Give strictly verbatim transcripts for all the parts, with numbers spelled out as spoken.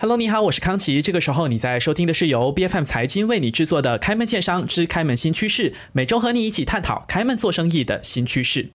Hello， 你好，我是康琪。这个时候你在收听的是由 B F M 财经为你制作的《开门见商之开门新趋势》，每周和你一起探讨开门做生意的新趋势。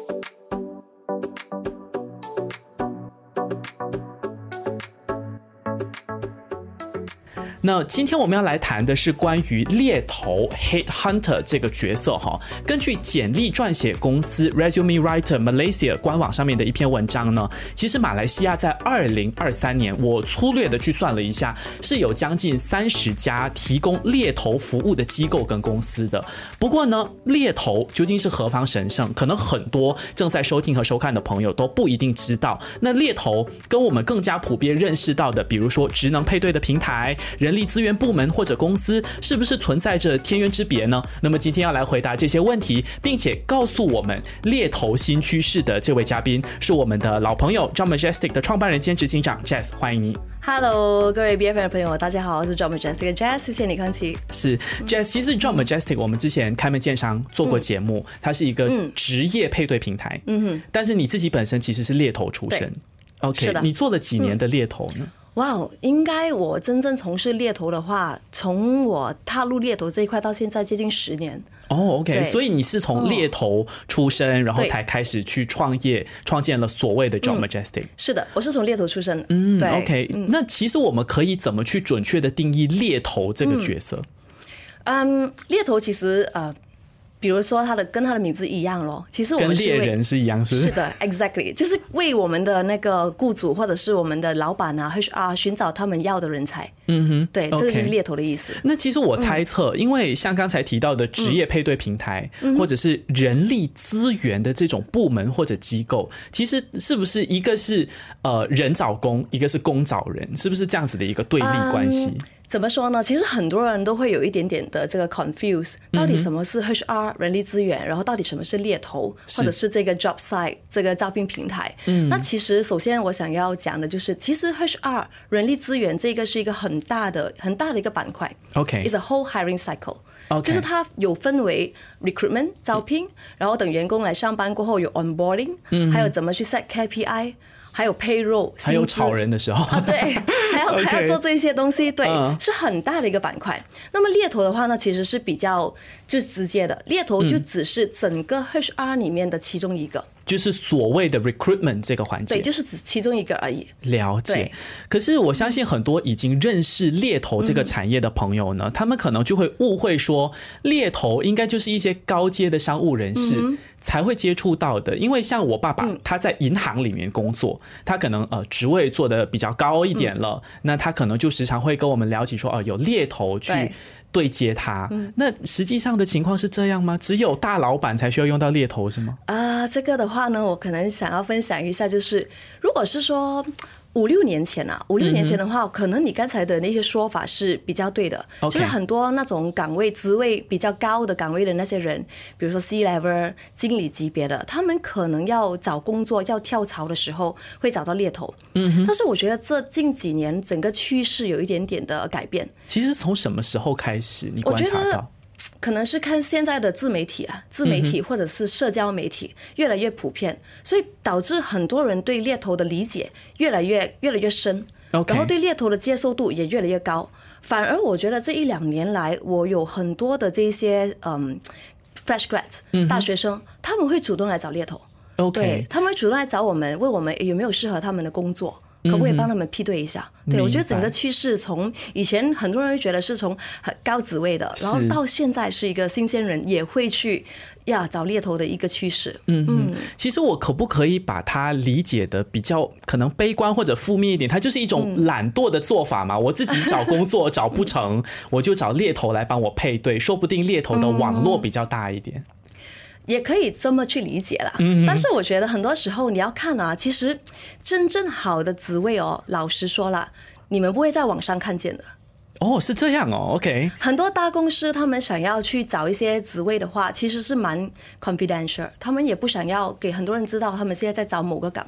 那今天我们要来谈的是关于猎头 Headhunter 这个角色哈。根据简历撰写公司 Resume Writer Malaysia 官网上面的一篇文章呢，其实马来西亚在二零二三年，我粗略的去算了一下，是有将近三十家提供猎头服务的机构跟公司的。不过呢，猎头究竟是何方神圣，可能很多正在收听和收看的朋友都不一定知道。那猎头跟我们更加普遍认识到的，比如说职能配对的平台、人力资源部门或者公司，是不是存在着天渊之别呢？那么今天要来回答这些问题，并且告诉我们猎头新趋势的这位嘉宾，是我们的老朋友 Job Majestic 的创办人兼执行长 Jess， 欢迎你。 Hello， 各位 B F M 的朋友，大家好，我是 Job Majestic 的 Jess， 谢谢你康琪。 是 Jess， 其实 Job Majestic 我们之前开门见商做过节目，嗯、它是一个职业配对平台，嗯哼，但是你自己本身其实是猎头出身 ，OK， 你做了几年的猎头呢？嗯哇、wow, 应该我真正从事猎头的话，从我踏入猎头这一块到现在接近十年。 哦、oh, ，OK， 所以你是从猎头出身，哦、然后才开始去创业，创建了所谓的 Job Majestic、嗯。 是的，我是从猎头出身的。 嗯，对 ，OK、嗯。那其实我们可以怎么去准确的定义猎头这个角色？ 嗯，嗯猎头其实呃。比如说他的跟他的名字一样咯，其实我们是跟猎人是一样，是不是？ 是的 ，exactly， 就是为我们的那个雇主或者是我们的老板啊 H R 寻找他们要的人才。嗯哼，对， okay. 这个就是猎头的意思。 那其实我猜测、嗯，因为像刚才提到的职业配对平台、嗯、或者是人力资源的这种部门或者机构，其实是不是一个是呃人找工，一个是工找人，是不是这样子的一个对立关系？嗯怎么说呢？其实很多人都会有一点点的这个 confuse， 到底什么是 H R 人力资源，然后到底什么是猎头，或者是这个 job site 这个招聘平台。嗯，那其实首先我想要讲的就是，其实 H R 人力资源这个是一个很大的很大的一个板块。OK，is a whole hiring cycle。Okay. 就是它有分为 recruitment 招聘，然后等员工来上班过后有 onboarding，、嗯、还有怎么去 set K P I。还有 payroll， 还有炒人的时候， 啊、对，还要、okay. 还要做这些东西，对，uh. 是很大的一个板块。那么猎头的话呢，其实是比较就是直接的，猎头就只是整个 H R 里面的其中一个。嗯， 就是所谓的 recruitment 这个环节， 对，就是只其中一个而已。 了解。可是我相信很多已经认识猎头这个产业的朋友呢，嗯、他们可能就会误会说，猎头应该就是一些高阶的商务人士才会接触到的。嗯、因为像我爸爸，他在银行里面工作，他可能呃职位做得比较高一点了，嗯、那他可能就时常会跟我们聊起说，哦、呃，有猎头去对接他。嗯、那实际上的情况是这样吗？只有大老板才需要用到猎头是吗？ 啊、呃，这个的话呢，我可能想要分享一下，就是如果是说五六年前啊，五六年前的话、嗯，可能你刚才的那些说法是比较对的， okay. 就是很多那种岗位职位比较高的岗位的那些人，比如说 C level 经理级别的，他们可能要找工作要跳槽的时候会找到猎头。嗯，但是我觉得这近几年整个趋势有一点点的改变。 其实从什么时候开始你观察到？ 可能是看现在的自媒体啊，自媒体或者是社交媒体越来越普遍，所以导致很多人对猎头的理解越来越越来越深， okay. 然后对猎头的接受度也越来越高。反而我觉得这一两年来，我有很多的这些嗯 fresh grads 大学生，他们会主动来找猎头， okay. 对，他们会主动来找我们，问我们有没有适合他们的工作。可不可以帮他们批对一下？嗯、对，我觉得整个趋势从以前很多人会觉得是从很高职位的，然后到现在是一个新鲜人也会去呀找猎头的一个趋势。嗯嗯， 其实我可不可以把它理解的比较可能悲观或者负面一点？它就是一种懒惰的做法嘛。嗯、我自己找工作找不成，我就找猎头来帮我配对，说不定猎头的网络比较大一点。嗯， 也可以这么去理解啦，但是我觉得很多时候你要看啊，其实真正好的职位哦，老实说啦，你们不会在网上看见的。 哦，是这样哦 ，OK。 很多大公司他们想要去找一些职位的话，其实是蛮 confidential， 他们也不想要给很多人知道他们现在在找某个岗位。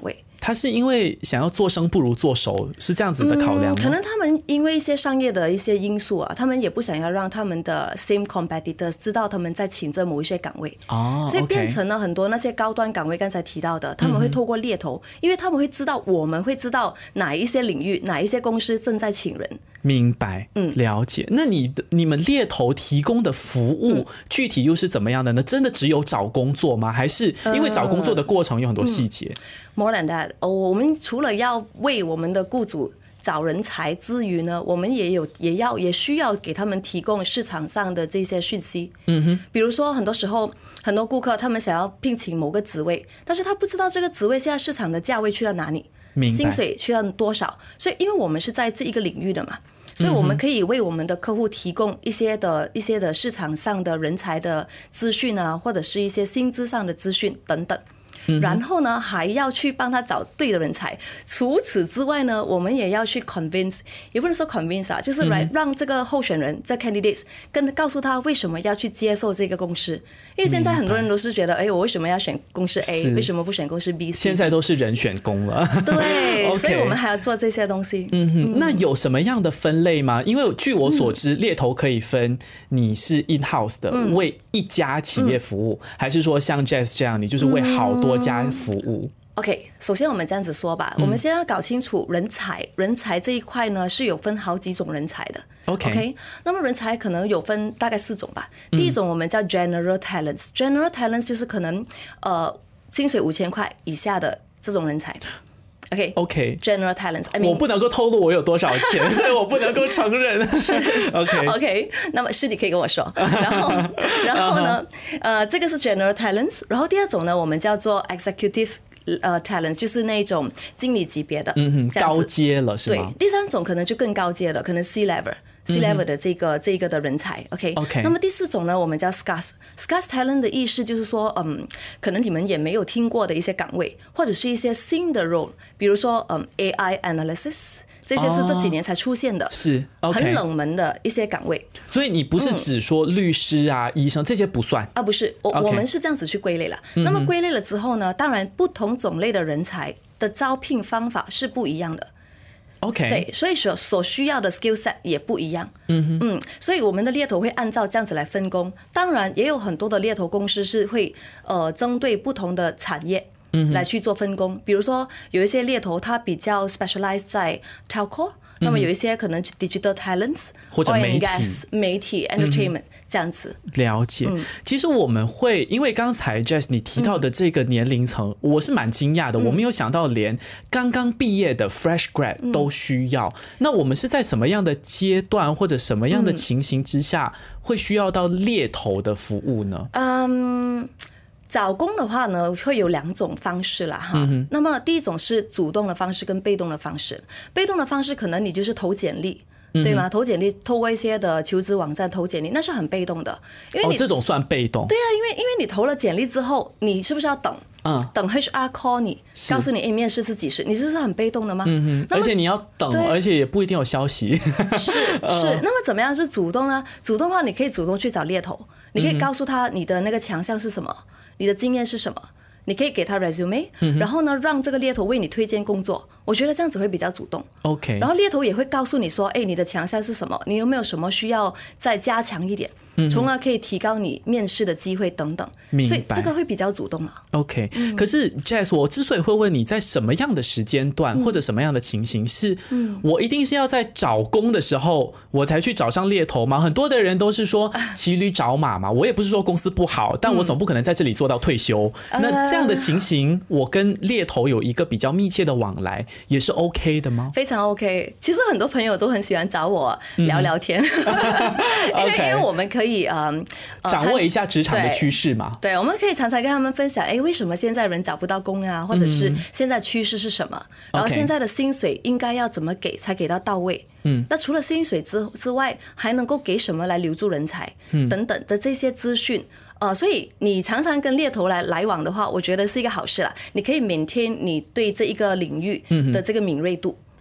他是因为想要做生不如做熟，是这样子的考量吗？ 嗯，可能他们因为一些商业的一些因素啊，他们也不想要让他们的 same competitors 知道他们在请着某一些岗位， 哦， 所以变成了很多那些高端岗位，刚才提到的，他们会透过猎头，嗯、因为他们会知道，我们会知道哪一些领域、哪一些公司正在请人。 明白，嗯，了解。那你的你们猎头提供的服务、嗯、具体又是怎么样的呢？真的只有找工作吗？还是因为找工作的过程有很多细节、呃嗯、 ？More than that， 哦，我们除了要为我们的雇主找人才之余呢，我们也有也要也需要给他们提供市场上的这些讯息。嗯哼，比如说很多时候很多顾客他们想要聘请某个职位，但是他不知道这个职位现在市场的价位去到哪里，薪水去到多少，所以因为我们是在这一个领域的嘛。所以我们可以为我们的客户提供一些的一些的市场上的人才的资讯啊，或者是一些薪资上的资讯等等。然后呢，还要去帮他找对的人才。除此之外呢，我们也要去 convince， 也不能说 convince 啊，就是来让这个候选人这 candidates 跟告诉他为什么要去接受这个公司。因为现在很多人都是觉得，哎，我为什么要选公司 A， 为什么不选公司 B、C？ 现在都是人选工了。 对， okay， 所以我们还要做这些东西。 嗯哼，那有什么样的分类吗？因为据我所知，猎头可以分你是 in house 的，嗯、为一家企业服务，嗯、还是说像 Jess 这样，你就是为好多家服务。 OK， 首先我们这样子说吧，我们先要搞清楚人才，人才这一块呢是有分好几种人才的。 OK，, okay 那么人才可能有分大概四种吧。第一种我们叫 general talents，general talents 就是可能呃薪水五千块以下的这种人才。OK OK general talents I mean, 我不能够透露我有多少钱，所以我不能够承认。OK OK 那么师弟可以跟我说。然后然后呢呃这个是 general talents， 然后第二种呢我们叫做 executive呃 talents， 就是那种经理级别的， 嗯哼，高阶了是吗？ 对，第三种可能就更高阶了，可能 C level。C level 的这个、嗯、这个的人才 ，OK， OK。 那么第四种呢，我们叫 scarce，scarce talent 的意思就是说，嗯，可能你们也没有听过的一些岗位，或者是一些新的 role， 比如说嗯 A I analysis， 这些是这几年才出现的， 哦、是、okay， 很冷门的一些岗位。 所以你不是只说律师啊、嗯、医生这些不算啊？不是，我、okay， 我们是这样子去归类了。那么归类了之后呢，当然不同种类的人才的招聘方法是不一样的。 OK， 对，所以所所需要的 skill set 也不一样。嗯嗯，所以我们的猎头会按照这样子来分工。当然，也有很多的猎头公司是会呃针对不同的产业来去做分工。比如说，有一些猎头他比较 specialize 在 telco， 那么有一些可能 digital talents 或者媒体、 媒体 entertainment、嗯。这样子了解、嗯，其实我们会因为刚才 Jess 你提到的这个年龄层、嗯，我是蛮惊讶的、嗯，我没有想到连刚刚毕业的 fresh grad 都需要、嗯。那我们是在什么样的阶段或者什么样的情形之下会需要到猎头的服务呢？ 嗯，找工的话呢，会有两种方式啦哈、嗯。那么第一种是主动的方式跟被动的方式。被动的方式可能你就是投简历。对吗？投简历，透过一些的求职网站投简历，那是很被动的，因为你、 哦、这种算被动。 对啊，因为因为你投了简历之后，你是不是要等？嗯，等 H R call 你，告诉你，哎，面试是几时？你是不是很被动的吗？ 嗯哼，而且你要等，而且也不一定有消息。 是是，那么怎么样是主动呢？主动的话，你可以主动去找猎头，你可以告诉他你的那个强项是什么，你的经验是什么。你可以给他 resume，、嗯、然后呢，让这个猎头为你推荐工作。我觉得这样子会比较主动。 OK。 然后猎头也会告诉你说，哎，你的强项是什么？你有没有什么需要再加强一点？从而可以提高你面试的机会等等。 明白。 所以这个会比较主动了。 OK、嗯。可是 Jess， 我之所以会问你在什么样的时间段、嗯、或者什么样的情形，是我一定是要在找工的时候我才去找上猎头吗？很多的人都是说骑驴找马嘛。我也不是说公司不好，但我总不可能在这里做到退休。嗯、那这样的情形，我跟猎头有一个比较密切的往来，也是 OK 的吗？ 非常 OK。其实很多朋友都很喜欢找我聊聊天，嗯、因为因为我们可以嗯、呃、 掌握一下职场的趋势嘛。 对，我们可以常常跟他们分享，哎，为什么现在人找不到工啊？或者是现在趋势是什么？嗯、然后现在的薪水应该要怎么给才给到到位？嗯，那除了薪水之之外，还能够给什么来留住人才？嗯，等等的这些资讯。呃，所以你常常跟猎头来来往的话，我觉得是一个好事啦。你可以 maintain 你对这一个领域的这个敏锐度。嗯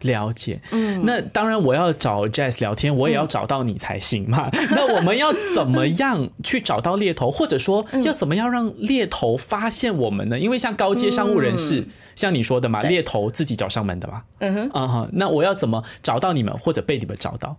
了解，嗯，那当然我要找 Jess 聊天，我也要找到你才行嘛。嗯、那我们要怎么样去找到猎头，或者说要怎么样让猎头发现我们呢？因为像高阶商务人士，嗯、像你说的嘛，猎头自己找上门的嘛，嗯哼，啊哈，那我要怎么找到你们，或者被你们找到？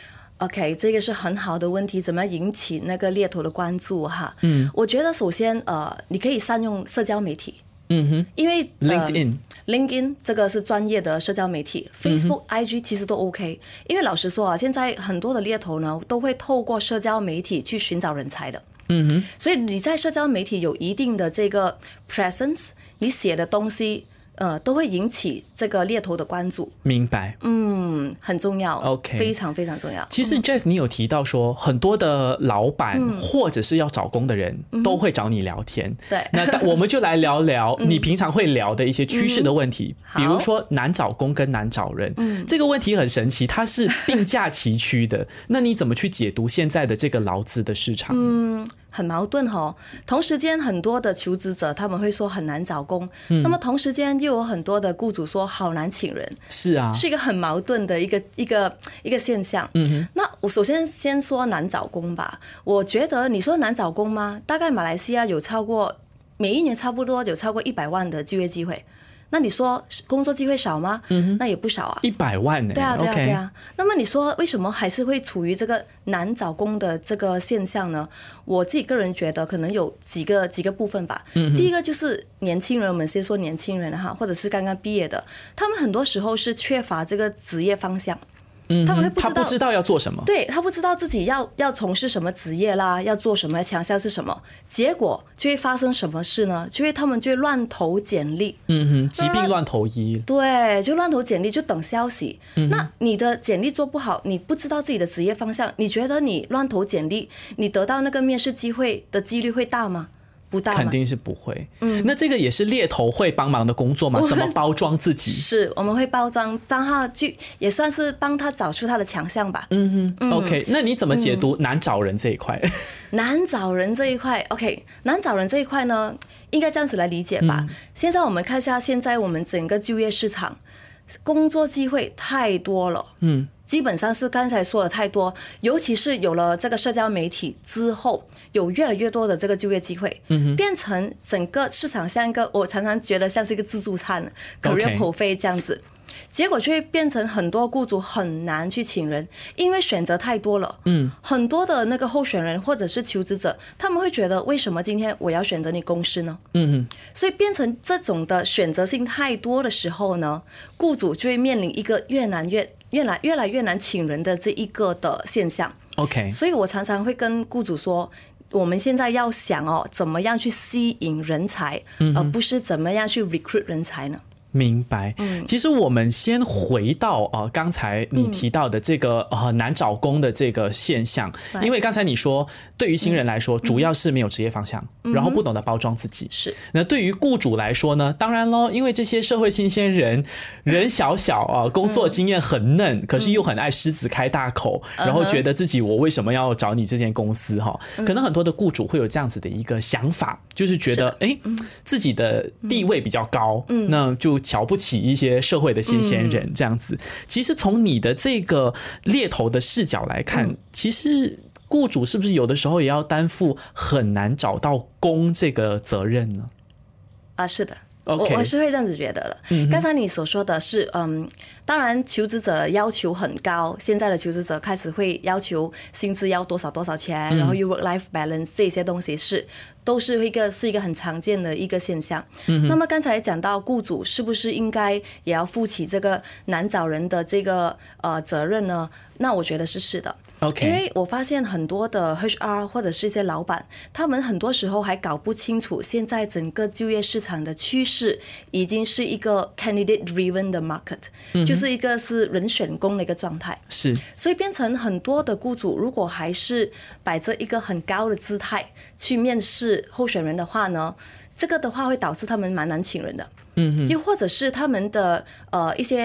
OK， 这个是很好的问题，怎么样引起那个猎头的关注哈？嗯，我觉得首先呃，你可以善用社交媒体。嗯哼，因为、呃、 LinkedIn LinkedIn 这个是专业的社交媒体 ，Facebook、I G 其实都 OK。因为老实说啊，现在很多的猎头呢都会透过社交媒体去寻找人才的。嗯哼，所以你在社交媒体有一定的这个 presence， 你写的东西。呃，都会引起这个猎头的关注。 明白， 嗯，很重要 ，OK， 非常非常重要。 其实 Jess， 你有提到说，很多的老板、嗯、或者是要找工的人、嗯、都会找你聊天。 对， 那我们就来聊聊你平常会聊的一些趋势的问题，嗯、比如说难找工跟难找人、嗯，这个问题很神奇，它是并驾齐驱的。那你怎么去解读现在的这个劳资的市场？ 嗯。很矛盾哦，同时间很多的求职者他们会说很难找工，嗯、那么同时间又有很多的雇主说好难请人， 是啊， 是一个很矛盾的一个一个一个现象。嗯哼，那我首先先说难找工吧，我觉得你说难找工吗？大概马来西亚有超过每一年差不多有超过一百万的就业机会。那你说工作机会少吗？嗯、那也不少啊， 一百万呢、欸。 对啊，对啊，对啊。Okay. 那么你说为什么还是会处于这个难找工的这个现象呢？我自己个人觉得可能有几个几个部分吧。嗯、第一个就是年轻人，我们先说年轻人哈，或者是刚刚毕业的，他们很多时候是缺乏这个职业方向。 嗯、他们会不知道，他不知道要做什么， 对，他不知道自己要要从事什么职业啦，要做什么，强项是什么，结果就会发生什么事呢？就会他们就会乱投简历， 嗯哼，疾病乱投医， 对，就乱投简历，就等消息。嗯、那你的简历做不好，你不知道自己的职业方向，你觉得你乱投简历，你得到那个面试机会的几率会大吗？不大， 肯定是不会。嗯，那这个也是猎头会帮忙的工作吗？怎么包装自己？ 是，我们会包装，让他去，也算是帮他找出他的强项吧。 嗯哼、嗯、，OK， 那你怎么解读难找人这一块？嗯、 难找人这一块 ，OK， 难找人这一块呢，应该这样子来理解吧。嗯、现在我们看一下，现在我们整个就业市场，工作机会太多了。嗯。基本上是刚才说的太多，尤其是有了这个社交媒体之后，有越来越多的这个就业机会，嗯、变成整个市场像一个，我常常觉得像是一个自助餐 ，career buffet 这样子。结果就会变成很多雇主很难去请人，因为选择太多了。嗯，很多的那个候选人或者是求职者，他们会觉得为什么今天我要选择你公司呢？嗯，所以变成这种的选择性太多的时候呢，雇主就会面临一个越难越越来越来越难请人的这一个的现象。 OK， 所以我常常会跟雇主说，我们现在要想哦，怎么样去吸引人才，嗯、而不是怎么样去 recruit 人才呢？ 明白，其实我们先回到呃刚才你提到的这个呃难找工的这个现象，因为刚才你说对于新人来说，主要是没有职业方向，然后不懂得包装自己。 是。 那对于雇主来说呢，当然咯，因为这些社会新鲜人，人小小啊，工作经验很嫩，可是又很爱狮子开大口，然后觉得自己我为什么要找你这间公司哈？可能很多的雇主会有这样子的一个想法，就是觉得哎自己的地位比较高，那就瞧不起一些社会的新鲜人这样子。其实从你的这个猎头的视角来看，其实雇主是不是有的时候也要担负很难找到工这个责任呢？ 啊，是的。 Okay. 我我是会这样子觉得了。嗯、刚才你所说的是，嗯，当然求职者要求很高，现在的求职者开始会要求薪资要多少多少钱，嗯、然后 work-life balance 这些东西是都是一个是一个很常见的一个现象。嗯、那么刚才讲到雇主是不是应该也要负起这个难找人的这个呃责任呢？那我觉得是是的。 Okay. 因为我发现很多的 H R 或者是一些老板，他们很多时候还搞不清楚现在整个就业市场的趋势已经是一个 candidate driven 的 market，嗯、就是一个是人选工的一个状态。 是，所以变成很多的雇主如果还是摆着一个很高的姿态去面试候选人的话呢，这个的话会导致他们蛮难请人的。嗯，又或者是他们的呃一些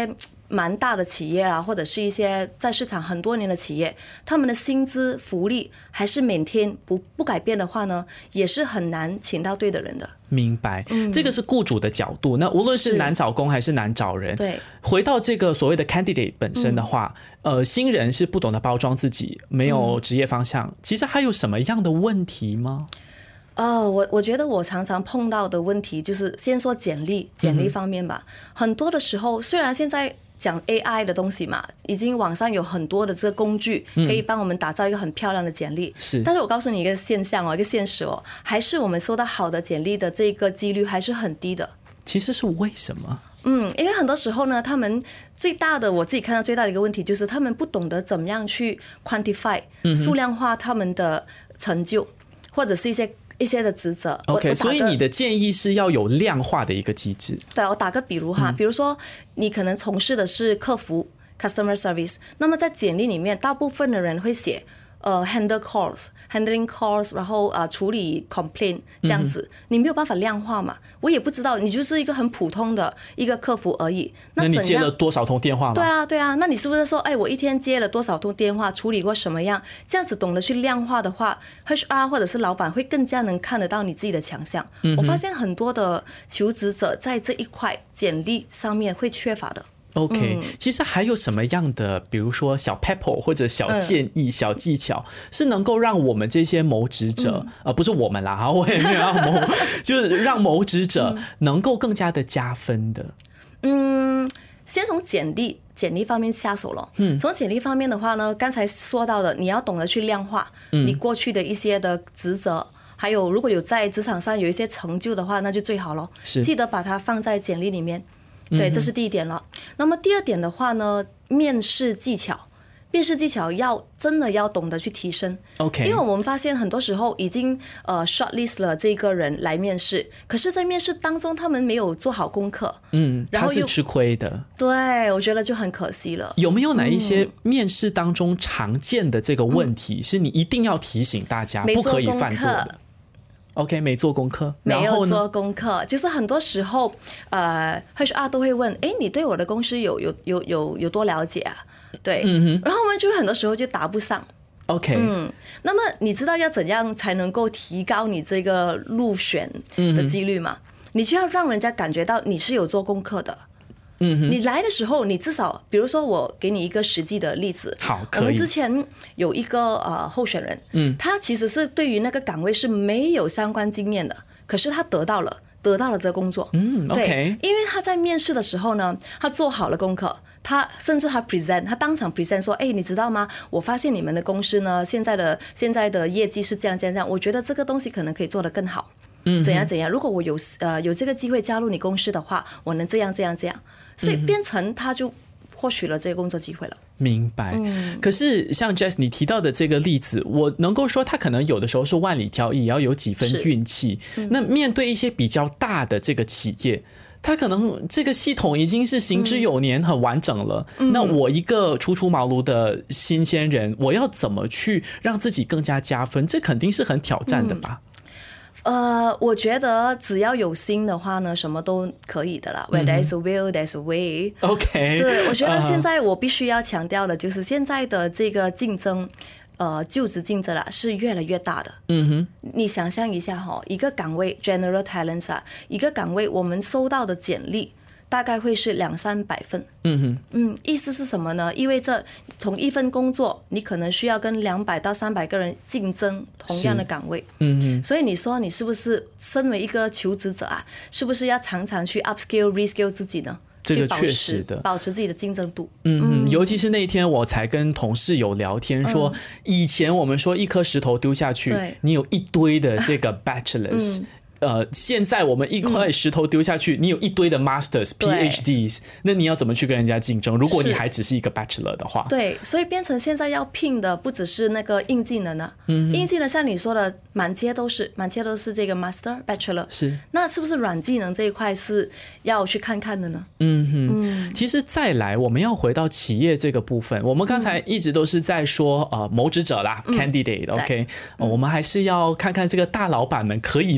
蛮大的企业啊，或者是一些在市场很多年的企业，他们的薪资福利还是每天不不改变的话呢，也是很难请到对的人的。 明白，嗯、这个是雇主的角度。那无论是难找工还是难找人， 对， 回到这个所谓的 candidate 本身的话，嗯、呃，新人是不懂得包装自己，没有职业方向，嗯、其实还有什么样的问题吗？ 哦，我我觉得我常常碰到的问题就是，先说简历，简历方面吧。嗯、很多的时候，虽然现在讲 A I 的东西嘛，已经网上有很多的这个工具可以帮我们打造一个很漂亮的简历。是、嗯，但是我告诉你一个现象哦，一个现实哦，还是我们收到好的简历的这个几率还是很低的。 其实是为什么？ 嗯，因为很多时候呢，他们最大的我自己看到最大的一个问题就是，他们不懂得怎么样去 quantify 数量化他们的成就，或者是一些。一些的职责 ，OK， 所以你的建议是要有量化的一个机制。 对，我打个比如哈，嗯、比如说你可能从事的是客服 （customer service）， 那么在简历里面，大部分的人会写呃 handle calls、handling calls， 然后啊、呃、处理 complaint 这样子，嗯、你没有办法量化嘛？我也不知道，你就是一个很普通的一个客服而已。 那, 那你接了多少通电话吗？ 对啊，对啊。那你是不是说，哎，我一天接了多少通电话，处理过什么样？这样子懂得去量化的话 ，H R 或者是老板会更加能看得到你自己的强项。嗯、我发现很多的求职者在这一块简历上面会缺乏的。 OK，嗯、其实还有什么样的，比如说小 pebble 或者小建议、嗯、小技巧，是能够让我们这些谋职者，嗯、呃，不是我们啦，哈，我也没有要谋，就是让谋职者能够更加的加分的。 嗯，先从简历简历方面下手了。嗯，从简历方面的话呢，刚才说到的，你要懂得去量化你过去的一些的职责。嗯，还有如果有在职场上有一些成就的话，那就最好了。是，记得把它放在简历里面。对，这是第一点了。那么第二点的话呢，面试技巧，面试技巧要真的要懂得去提升。OK， 因为我们发现很多时候已经呃 shortlist 了这个人来面试，可是，在面试当中他们没有做好功课，嗯， 然后他是吃亏的。 对，我觉得就很可惜了。 有没有哪一些面试当中常见的这个问题，嗯、是你一定要提醒大家不可以犯错的？OK， 没做功课， 没有做功课，就是很多时候，呃 ，H R 都会问，哎，你对我的公司有有有有有多了解啊？对，嗯、然后我们就很多时候就答不上。 OK， 嗯，那么你知道要怎样才能够提高你这个入选的几率吗？嗯、你就要让人家感觉到你是有做功课的。嗯，你来的时候，你至少，比如说，我给你一个实际的例子。 好，可以。 我们之前有一个呃候选人，嗯，他其实是对于那个岗位是没有相关经验的，可是他得到了，得到了这个工作。 嗯 ，OK。对， 因为他在面试的时候呢，他做好了功课，他甚至他 present， 他当场 present 说，哎，你知道吗？我发现你们的公司呢，现在的现在的业绩是这样这样这样，我觉得这个东西可能可以做得更好。嗯，怎样怎样？如果我有呃有这个机会加入你公司的话，我能这样这样这样。所以变成他就获取了这个工作机会了。 明白。嗯、可是像 Jess 你提到的这个例子，我能够说他可能有的时候是万里挑一，也要有几分运气。嗯、那面对一些比较大的这个企业，他可能这个系统已经是行之有年、很完整了。嗯、那我一个初出茅庐的新鲜人，我要怎么去让自己更加加分？这肯定是很挑战的吧？嗯呃，我觉得只要有心的话呢，什么都可以的啦。Where there is a will, there's a way. OK， 对，我觉得现在我必须要强调的就是现在的这个竞争，呃，就职竞争啦是越来越大的。嗯哼，你想象一下哈，一个岗位 general talents 啊，一个岗位我们收到的简历大概会是两三百份。嗯哼，嗯，意思是什么呢？意味着从一份工作，你可能需要跟两百到三百个人竞争同样的岗位。嗯哼，所以你说你是不是身为一个求职者啊，是不是要常常去 upskill、reskill 自己呢？ 这个确实的， 保持自己的竞争度。 嗯，嗯尤其是那一天我才跟同事有聊天说，嗯、以前我们说一颗石头丢下去，你有一堆的这个 bachelors。嗯呃，现在我们一块石头丢下去，嗯、你有一堆的 masters、P H Ds， 那你要怎么去跟人家竞争？如果你还只是一个 bachelor 的话， 对，所以变成现在要聘的不只是那个硬技能了，嗯，硬技能像你说的，满街都是，满街都是这个 master、bachelor， 是，那是不是软技能这一块是要去看看的呢？ 嗯哼，嗯其实再来，我们要回到企业这个部分，我们刚才一直都是在说呃谋职者啦、嗯、，candidate，OK，、okay? 嗯、我们还是要看看这个大老板们可以做些什么。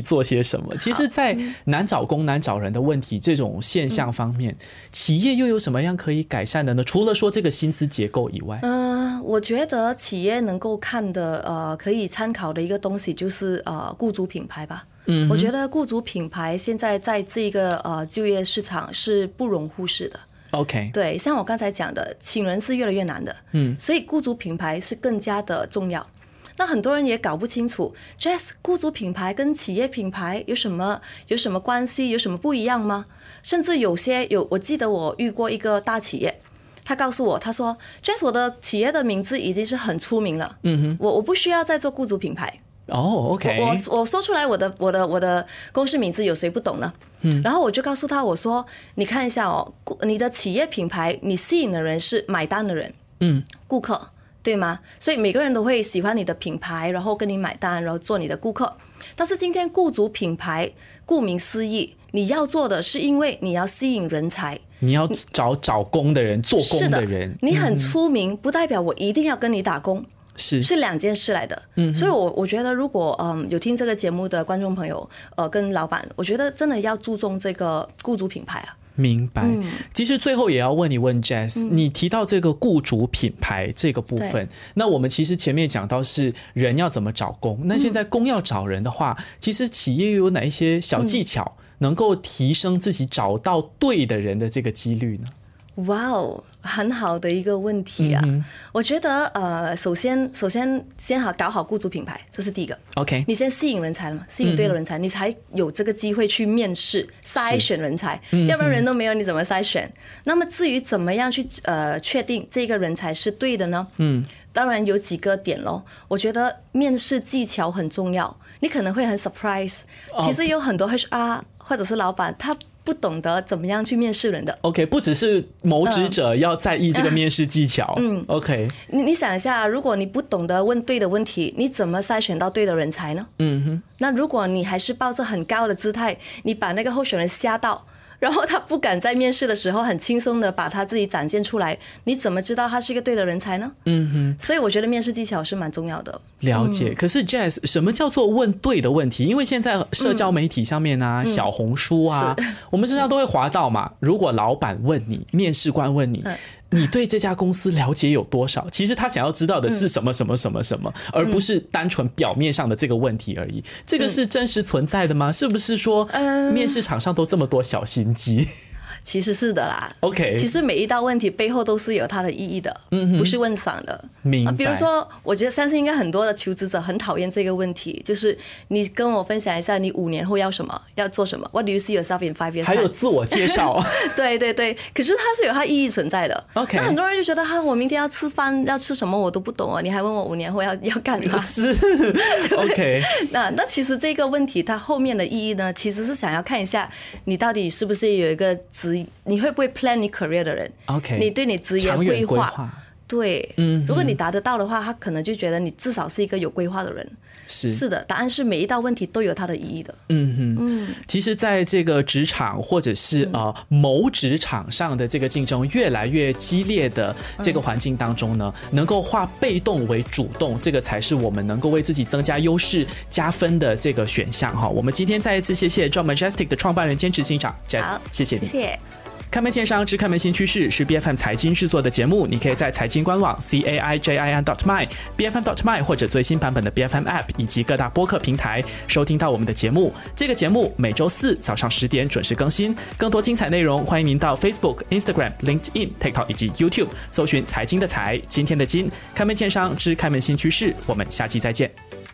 什么？其实在难找工难找人的问题这种现象方面、嗯、企业又有什么样可以改善的呢？除了说这个薪资结构以外， 呃，我觉得企业能够看的呃可以参考的一个东西就是呃雇主品牌吧。嗯，我觉得雇主品牌现在在这个呃就业市场是不容忽视的。 OK， 对，像我刚才讲的，请人是越来越难的，嗯，所以雇主品牌是更加的重要。那很多人也搞不清楚 ，Jess 雇主品牌跟企业品牌有什么有什么关系，有什么不一样吗？甚至有些有，我记得我遇过一个大企业，他告诉我，他说 ，Jess 我的企业的名字已经是很出名了，嗯哼，我我不需要再做雇主品牌。 哦、oh, ，OK， 我我我说出来我的我的我的公司名字有谁不懂呢？嗯，然后我就告诉他，我说你看一下哦，你的企业品牌，你吸引的人是买单的人，嗯，顾客，对吗？所以每个人都会喜欢你的品牌，然后跟你买单，然后做你的顾客。但是今天雇主品牌，顾名思义，你要做的是因为你要吸引人才。 你要找找工的人，做工的人。 是的，你很出名，不代表我一定要跟你打工。 是是两件事来的，嗯，所以我我觉得如果嗯有听这个节目的观众朋友，呃，跟老板，我觉得真的要注重这个雇主品牌啊。 明白。嗯、其实最后也要问一问 Jess，、嗯、你提到这个雇主品牌这个部分，那我们其实前面讲到是人要怎么找工，那现在工要找人的话，嗯、其实企业有哪一些小技巧能够提升自己找到对的人的这个几率呢？ 哇哦，很好的一个问题啊！嗯、我觉得呃，首先首先先好搞好雇主品牌，这是第一个。OK， 你先吸引人才了嘛，吸引对的人才，嗯、你才有这个机会去面试筛选人才，嗯、要不然人都没有，你怎么筛选？那么至于怎么样去呃确定这个人才是对的呢？嗯，当然有几个点咯。我觉得面试技巧很重要，你可能会很 surprise， 其实有很多 H R 或者是老板他不懂得怎么样去面试人的。 OK， 不只是谋职者要在意这个面试技巧。嗯 OK， 你你想一下，如果你不懂得问对的问题，你怎么筛选到对的人才呢？嗯哼。那如果你还是抱着很高的姿态，你把那个候选人吓到，然后他不敢在面试的时候很轻松的把他自己展现出来，你怎么知道他是一个对的人才呢？嗯哼。所以我觉得面试技巧是蛮重要的。 了解。嗯、可是 Jess， 什么叫做问对的问题？因为现在社交媒体上面啊，嗯、小红书啊，我们经常都会滑到嘛。如果老板问你，面试官问你，嗯、你对这家公司了解有多少？其实他想要知道的是什么什么什么什么，嗯、而不是单纯表面上的这个问题而已。这个是真实存在的吗？是不是说面试场上都这么多小心机？ 其实是的啦。 OK， 其实每一道问题背后都是有它的意义的，嗯、不是问爽的。 明白。 比如说我觉得相信应该很多的求职者很讨厌这个问题，就是你跟我分享一下你五年后要什么，要做什么， What do you see yourself in five years time？ 还有自我介绍。 对对对，可是它是有它意义存在的。 OK， 那很多人就觉得哈，我明天要吃饭要吃什么我都不懂啊，你还问我五年后要要干嘛？ 是。OK， 那那其实这个问题它后面的意义呢，其实是想要看一下你到底是不是有一个职，你会不会 plan 你 career 的人。 OK， 你对你职业规划， 划对，嗯，如果你答得到的话，他可能就觉得你至少是一个有规划的人。 是是的，答案是每一道问题都有它的意义的。 嗯哼，嗯，其实在这个职场或者是呃谋职场上的这个竞争越来越激烈的这个环境当中呢，能够化被动为主动，这个才是我们能够为自己增加优势加分的这个选项哈。我们今天再一次谢谢 Job Majestic 的创办人兼执行长 Jess， 谢谢你， 谢谢。 开门见山之开门新趋势是 B F M 财经制作的节目，你可以在财经官网 c a i j i n dot m y b f m dot m y 或者最新版本的 B F M App 以及各大播客平台收听到我们的节目。这个节目每周四早上十点准时更新，更多精彩内容欢迎您到 Facebook、Instagram、LinkedIn、TikTok 以及 YouTube 搜寻财经的财，今天的金，开门见山之开门新趋势，我们下期再见。